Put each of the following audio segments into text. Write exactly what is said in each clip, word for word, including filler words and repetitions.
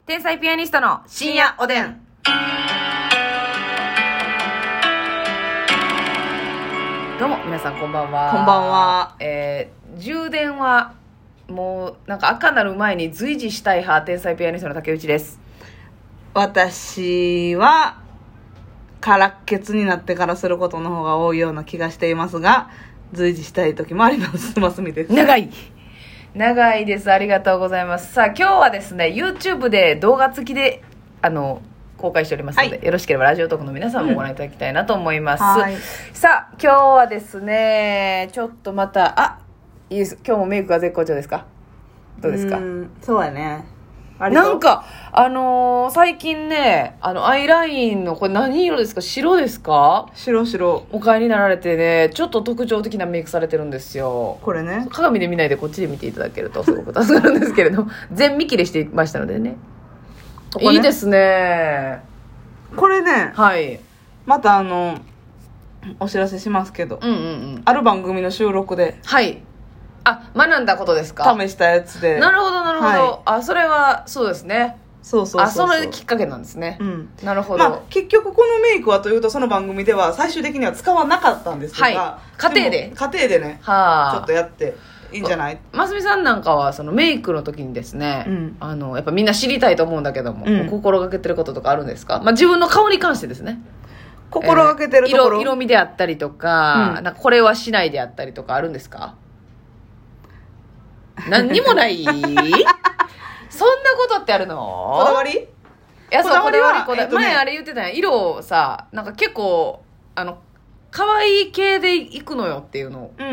天才ピアニストの深夜おでん。どうも皆さんこんばんは。 こんばんは。 えー、充電はもうなんか赤なる前に随時したい派、天才ピアニストの竹内です。 私は空っけつになってからすることの方が多いような気がしていますが、随時したい時もあります。ますみです。 長い長いです。ありがとうございます。さあ今日はですね YouTube で動画付きであの公開しておりますので、はい、よろしければラジオトークの皆さんもご覧いただきたいなと思います、うんはい、さあ今日はですねちょっとまたあいいです。今日もメイクが絶好調ですか？どうですか？ うん、そうやね。 なんかあのー、最近ねあのアイラインのこれ何色ですか？白ですか？ 白白お買いになられてねちょっと特徴的なメイクされてるんですよ。 これね鏡で見ないでこっちで見ていただけるとすごく助かるんですけれど全見切りしていましたので ね, ここねいいですねこれね。 はいまたあのお知らせしますけど、 うんうんうん、 ある番組の収録ではいあ、学んだことですか？ 試したやつで。 なるほどなるほど、はい、あそれはそうですね。 そうそうそうそう。 あそれきっかけなんですね、うん、なるほど、 まあ、結局このメイクはというとその番組では最終的には使わなかったんですが、 はい、家庭で家庭でね、はあ、ちょっとやっていいんじゃない？ ますみさんなんかはそのメイクの時にですね、うん、あのやっぱみんな知りたいと思うんだけども、うん、心がけてることとかあるんですか？まあ、自分の顔に関してですね。 心がけてるところ、 えー、色, 色味であったりとか、うん、なんかこれはしないであったりとかあるんですか？何にもないそんなことってあるの？ こだわり？いやそうこだわりこだわり、えっとね、前あれ言ってたやん。色をさなんか結構あの可愛い系でいくのよっていうのを、うん、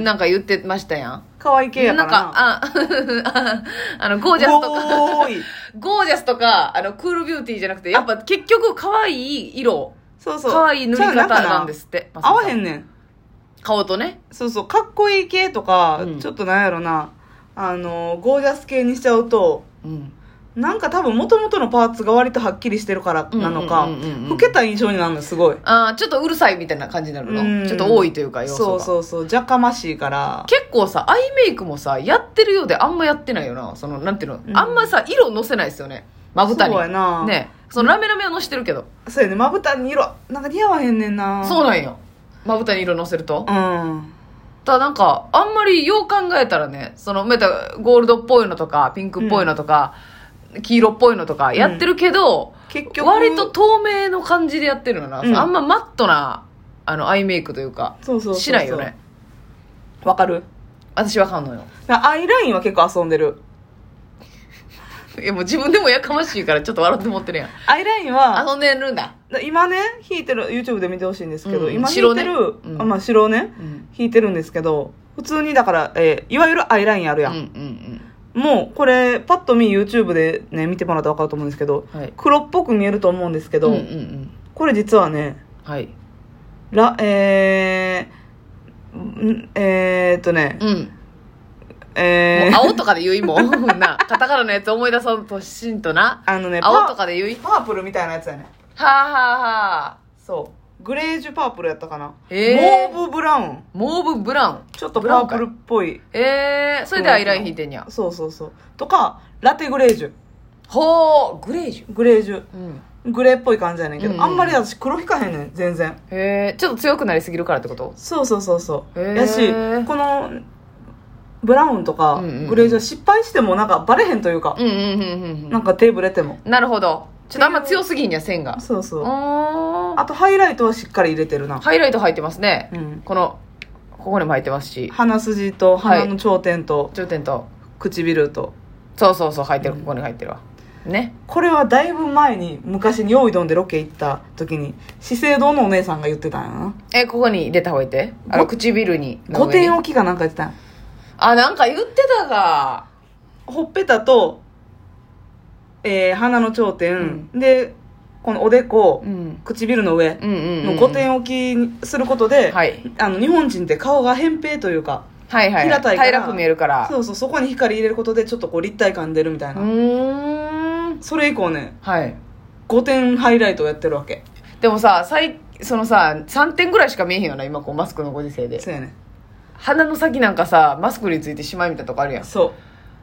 なんか言ってましたやん。 可愛い系やからな。なんかああのゴージャスとかゴージャスとかあのクールビューティーじゃなくてやっぱ結局可愛い色、 そうそう可愛い塗り方なんですって。 合わへんねん顔とね。 そうそうかっこいい系とか、うん、ちょっとなんやろなあのゴージャス系にしちゃうと、うん、なんか多分元々のパーツが割とはっきりしてるからなのか、老けた印象になるのすごい。 あちょっとうるさいみたいな感じになるの、うん、ちょっと多いというか要素が。 そうそうそうじゃかましいから。 結構さアイメイクもさやってるようであんまやってないよな。そのなんていうの、うん、あんまさ色のせないですよねまぶたに。 そうやなねそのラメラメはのしてるけど、 そうやねまぶたに色なんか似合わへんねんな。 そうなんよまぶたに色のせると。 うんただなんかあんまりよう考えたらねそのまたゴールドっぽいのとかピンクっぽいのとか、うん、黄色っぽいのとかやってるけど、うん、結局割と透明の感じでやってるのな、うん、あんまマットなあのアイメイクというかそうそうそうそうしないよね。 わかる？ 私わかんのよ。 アイラインは結構遊んでる。 いやもう自分でもやかましいからちょっと笑って持ってるやん。 アイラインは遊んでるんだ。 今ね引いてる YouTube で見てほしいんですけど、うん、今引いてる、ねうん、あまあ白ね、うん、引いてるんですけど普通にだから、えー、いわゆるアイラインあるやん、うんうんうん、もうこれパッと見 YouTube でね見てもらったら分かると思うんですけど、はい、黒っぽく見えると思うんですけど、うんうんうん、これ実はね、はい、らえー、えー、っとね、うんえー、もう青とかで言ういもんなカタカナのやつ思い出そうとしんとなあのね青とかで言ういパープルみたいなやつやね。 はあはあはあそうグレージュパープルやったかな、 えー、 モーブブラウンモーブブラウンちょっとパープルっぽい。 えー、それでアイライン引いてんや。 そうそうそうとかラテグレージュ。 ほーグレージュグレージュ、うん、グレーっぽい感じやねんけど、うんうん、あんまり私黒引かへんねん全然。 へえちょっと強くなりすぎるからってこと？ そうそうそうそうやしこのブラウンとかグレージュは失敗してもなんかバレへんというか、うんうんうんうん、なんか手ぶれても。 なるほどちょっとあんま強すぎんや線が。 そうそうあとハイライトはしっかり入れてるな。 ハイライト入ってますね、うん、このここにも入ってますし鼻筋と鼻の頂点と、 はい、頂点と唇とそうそうそう入ってる、うん、ここに入ってるわね。 これはだいぶ前に昔に用意どんでロケ行った時に資生堂のお姉さんが言ってたんやな。 えここに入れた方がいてあの唇にごてん置きかなんか言ってたん。 あなんか言ってたがほっぺたと、えー、鼻の頂点、うん、でこのおでこ、うん、唇の上のごてん置きにすることで、はい、あの日本人って顔が扁平というか、 はいはいはい、 平たいから平らく見えるからそうそうそこに光入れることでちょっとこう立体感出るみたいな。うーんそれ以降ね、はい、ごてんハイライトをやってるわけ。 でもさそのささんてんぐらいしか見えへんよな今こうマスクのご時世で。 そうやね。 鼻の先なんかさマスクについてしまいみたいなとこあるやん。 そう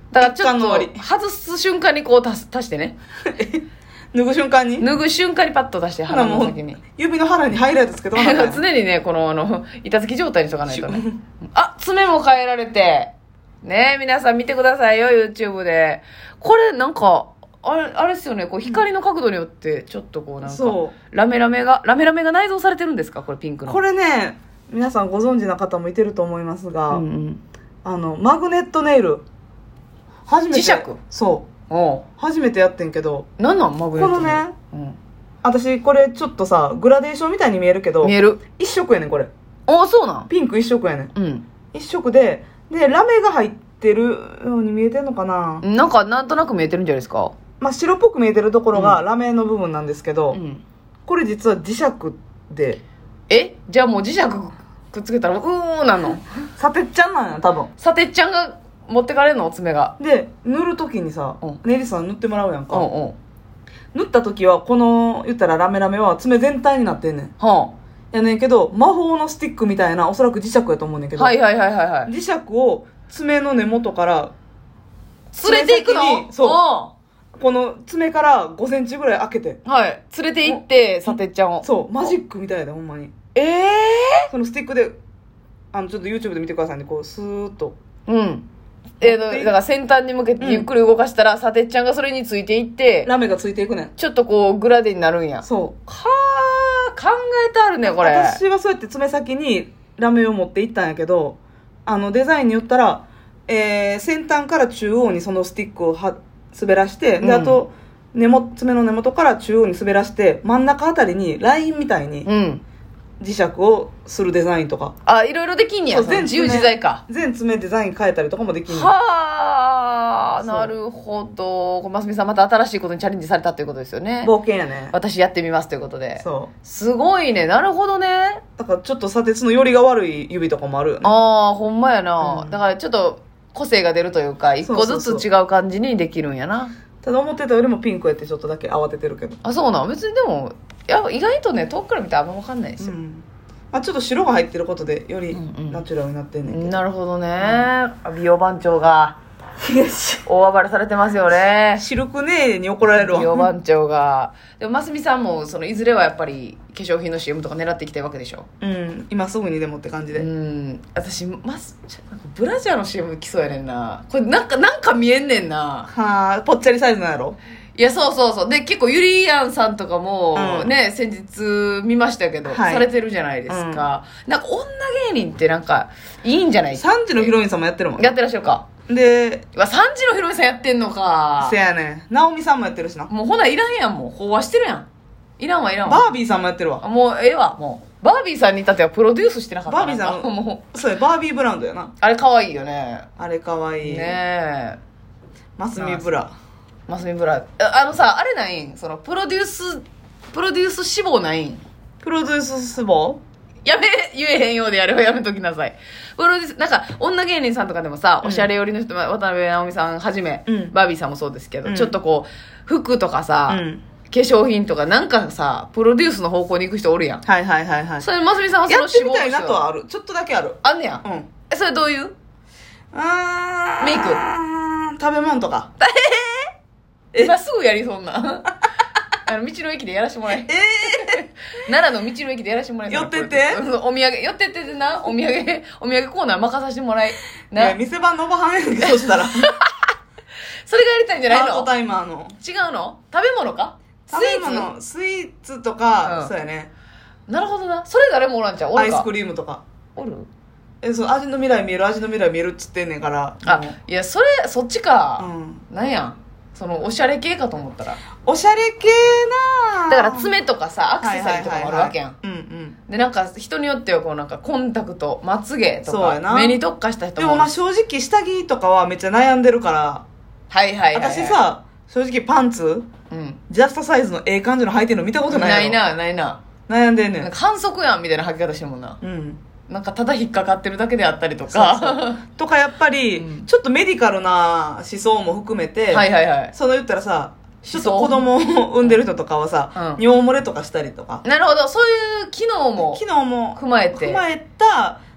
だからちょっと外す瞬間にこう足す足してね脱ぐ瞬間に脱ぐ瞬間にパッと出して腹の先に指の腹にハイライトつけとかな常にねこのあの板付き状態にしとかないとねあ爪も変えられてね皆さん見てくださいよ YouTube でこれなんかあれあれですよねこう光の角度によってちょっとこうなんかラメラメがラメラメが内蔵されてるんですかこれピンクのこれね皆さんご存知な方もいてると思いますが、うんうん、あのマグネットネイル初めて磁石そうお初めてやってんけどなんなんマグネットネイルこのね、うん、私これちょっとさグラデーションみたいに見えるけど見える一色やねんこれおそうなんピンク一色やねん、 うん、 一色ででラメが入ってるように見えてんのかななんかなんとなく見えてるんじゃないですかまあ白っぽく見えてるところがラメの部分なんですけど、うん、これ実は磁石でえじゃあもう磁石くっつけたらうーなんのサテッちゃんなんや多分サテッちゃんが持ってかれるのお爪がで塗る時にさ、うん、ネイリストさん塗ってもらうやんか、うんうん、塗った時はこの言ったらラメラメは爪全体になってんねん、はあ、やねんけど魔法のスティックみたいなおそらく磁石やと思うねんけど、 はいはいはいはい、はい、 磁石を爪の根元から連れていくのそうこの爪からごセンチぐらい開けてはい連れて行ってサテッちゃんをそうマジックみたいだほんまにええー、 そのスティックであのちょっと YouTube で見てくださいねこうスーッとうんえー、だから先端に向けてゆっくり動かしたら、うん、サテッちゃんがそれについていってラメがついていくねんちょっとこうグラデになるんやそうはあ考えてあるねこれ私はそうやって爪先にラメを持っていったんやけどあのデザインによったら、えー、先端から中央にそのスティックをは滑らして、うん、であと根も爪の根元から中央に滑らして真ん中あたりにラインみたいに、うん磁石をするデザインとかあいろいろできんねや全自由自在か全爪デザイン変えたりとかもできんねはあなるほどますみさんまた新しいことにチャレンジされたということですよね冒険やね私やってみますということでそうすごいねなるほどねだからちょっと砂鉄のよりが悪い指とかもあるよねああほんまやな、うん、だからちょっと個性が出るというか一個ずつ違う感じにできるんやなそうそうそうただ思ってたよりもピンクやってちょっとだけ慌ててるけどあそうなん別にでもいや意外とね遠くから見たらあんま分かんないですよ、うんまあ、ちょっと白が入ってることでよりナチュラルになってんねんけど、うんうん、 なるほどね、うん、美容番長が大暴れされてますよねシルクネーに怒られるわ美容番長がでもますみさんもそのいずれはやっぱり化粧品の シーエム とか狙っていきたいわけでしょうん今すぐにでもって感じでうん私ますなんかブラジャーの シーエム 来そうやねんなこれなんかなんか見えんねんなはあぽっちゃりサイズなんやろいやそうそうそうで結構ゆりやんさんとかも、うん、ね先日見ましたけど、はい、されてるじゃないですか、うん、なんか女芸人ってなんかいいんじゃないさんじのヒロインさんもやってるもんやってらっしゃるかでさんじのヒロインさんやってんのかせやねん直美さんもやってるしなもうほないらんやんもう飽和してるやんいらんわいらんわバービーさんもやってるわもうええわもうバービーさんに至ってはプロデュースしてなかったバービーさんもうそうやバービーブランドやなあれかわいいよねあれかわいいねえマスミブラマスミブラあのさあれないんそのプロデュースプロデュース志望ないんプロデュース志望やめ言えへんようでやればやめときなさいプロデュースなんか女芸人さんとかでもさ、うん、おしゃれ寄りの人渡辺直美さんはじめ、うん、バービーさんもそうですけど、うん、ちょっとこう服とかさ、うん、化粧品とかなんかさプロデュースの方向に行く人おるやんはいはいはいはいそれますみさんはその志望やってみたいなとはあるちょっとだけあるあんねや、うん、えそれどういうあメイク食べ物とかえ今すぐやりそうなあの道の駅でやらしてもらええー、奈良の道の駅でやらしてもらえ寄ってってお土産寄ってってなお土産お土産コーナー任させてもらえな店番のおばはんやんけそしたらそれがやりたいんじゃないのハートタイマーの違うの食べ物かスイーツスイーツとか、うん、そうやねなるほどなそれ誰もおらんちゃうおるかアイスクリームとかおるえそう味の未来見える味の未来見えるっつってんねんからあいやそれそっちか、うん、なんやんそのおしゃれ系かと思ったらおしゃれ系なだから爪とかさアクセサリーとかもあるわけやんでなんか人によってはこうなんかコンタクトまつげとか目に特化した人もでもまあ正直下着とかはめっちゃ悩んでるからはいはいはい、はい、 私さ正直パンツ、うん、ジャストサイズのええ感じの履いてるの見たことないないなないな悩んでんねんなんか反則やんみたいな履き方してるもんなうんなんかただ引っかかってるだけであったりとかそうそうとかやっぱり、うん、ちょっとメディカルな思想も含めてはいはいはいその言ったらさちょっと子供を産んでる人とかはさ、うん、尿漏れとかしたりとかなるほどそういう機能も機能も踏まえて踏まえた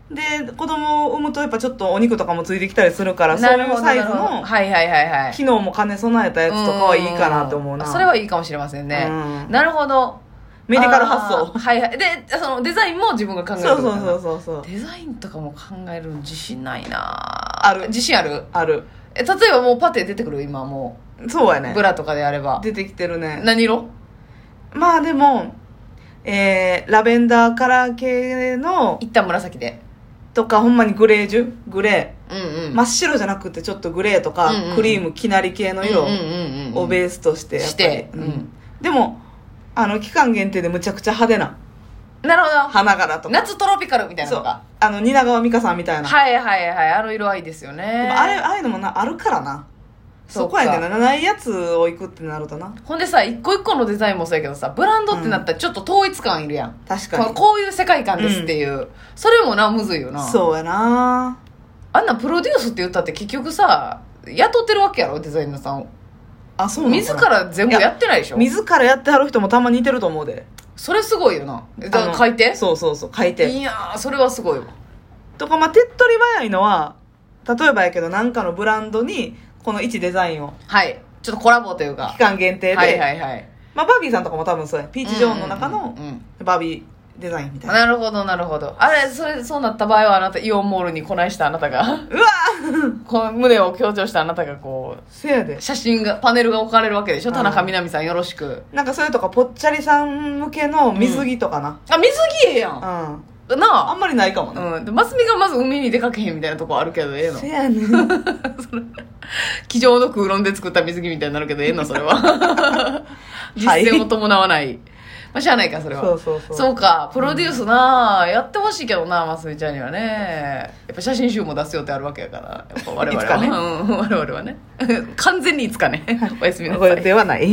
で子供を産むとやっぱちょっとお肉とかもついてきたりするからそういうサイズのはいはいはいはい機能も兼ね備えたやつとかはいいかなと思うな。 それはいいかもしれませんね、 うん、 なるほど。 メディカル発想。 はいはい。でそのデザインも自分が考える。 そうそうそうそうそう。 デザインとかも考えるの自信ないな。 ある。 自信ある？ ある。 え例えばもうパテ出てくる今もうそうやね。 ブラとかであれば出てきてるね。 何色？ まあでもえー、ラベンダーカラー系の一旦紫でとかほんまにグレージュグレー、うんうん、 真っ白じゃなくてちょっとグレーとか、うんうん、クリームきなり系の色をベースとしてやっぱり、 して、うんうんでもあの期間限定でむちゃくちゃ派手ななるほど花柄とか夏トロピカルみたいなのがあの蜷川美香さんみたいなはいはいはいあの色はいいですよね。 あれああいうのもなあるからなそこやねんなないやつを行くってなるとな。 ほんでさ一個一個のデザインもそうやけどさブランドってなったらちょっと統一感いるやん、うん、 確かにこういう世界観ですっていう、うん、それもなむずいよな。 そうやな。 あんなプロデュースって言ったって結局さ雇ってるわけやろデザイナーさんを。 あそうなの自ら全部やってないでしょ。 自らやってはる人もたまにいてると思うで。 それすごいよな。だから書いてそうそうそう書いていやーそれはすごいわ。 とかまあ手っ取り早いのは例えばやけど何かのブランドにこの一デザインをはいちょっとコラボというか期間限定で、 はいはいはい、 まあ、バービーさんとかも多分そうやピーチ・ジョーンの中のバービーデザインみたいな。 なるほどなるほど。あれそれそうなった場合はあなたイオンモールにこないしたあなたがうわこう胸を強調したあなたがこうせやで写真がパネルが置かれるわけでしょ。田中みな実さんよろしく。 なんかそれとかぽっちゃりさん向けの水着とかな、うん、 あ水着ええやん、 うんなああんまりないかもね、 うん、でマスミがまず海に出かけへんみたいなとこあるけどええの。 せやねん机上の空論で作った水着みたいになるけどええのそれは実践を伴わない、はい、まあしゃあないかそれは。 そうそうそうそうかプロデュースな、うん、やってほしいけどなマスミちゃんにはね。やっぱ写真集も出すよってあるわけやからやっぱ我々はね、うん、我々はね完全にいつかねおやすみなさい。 ではない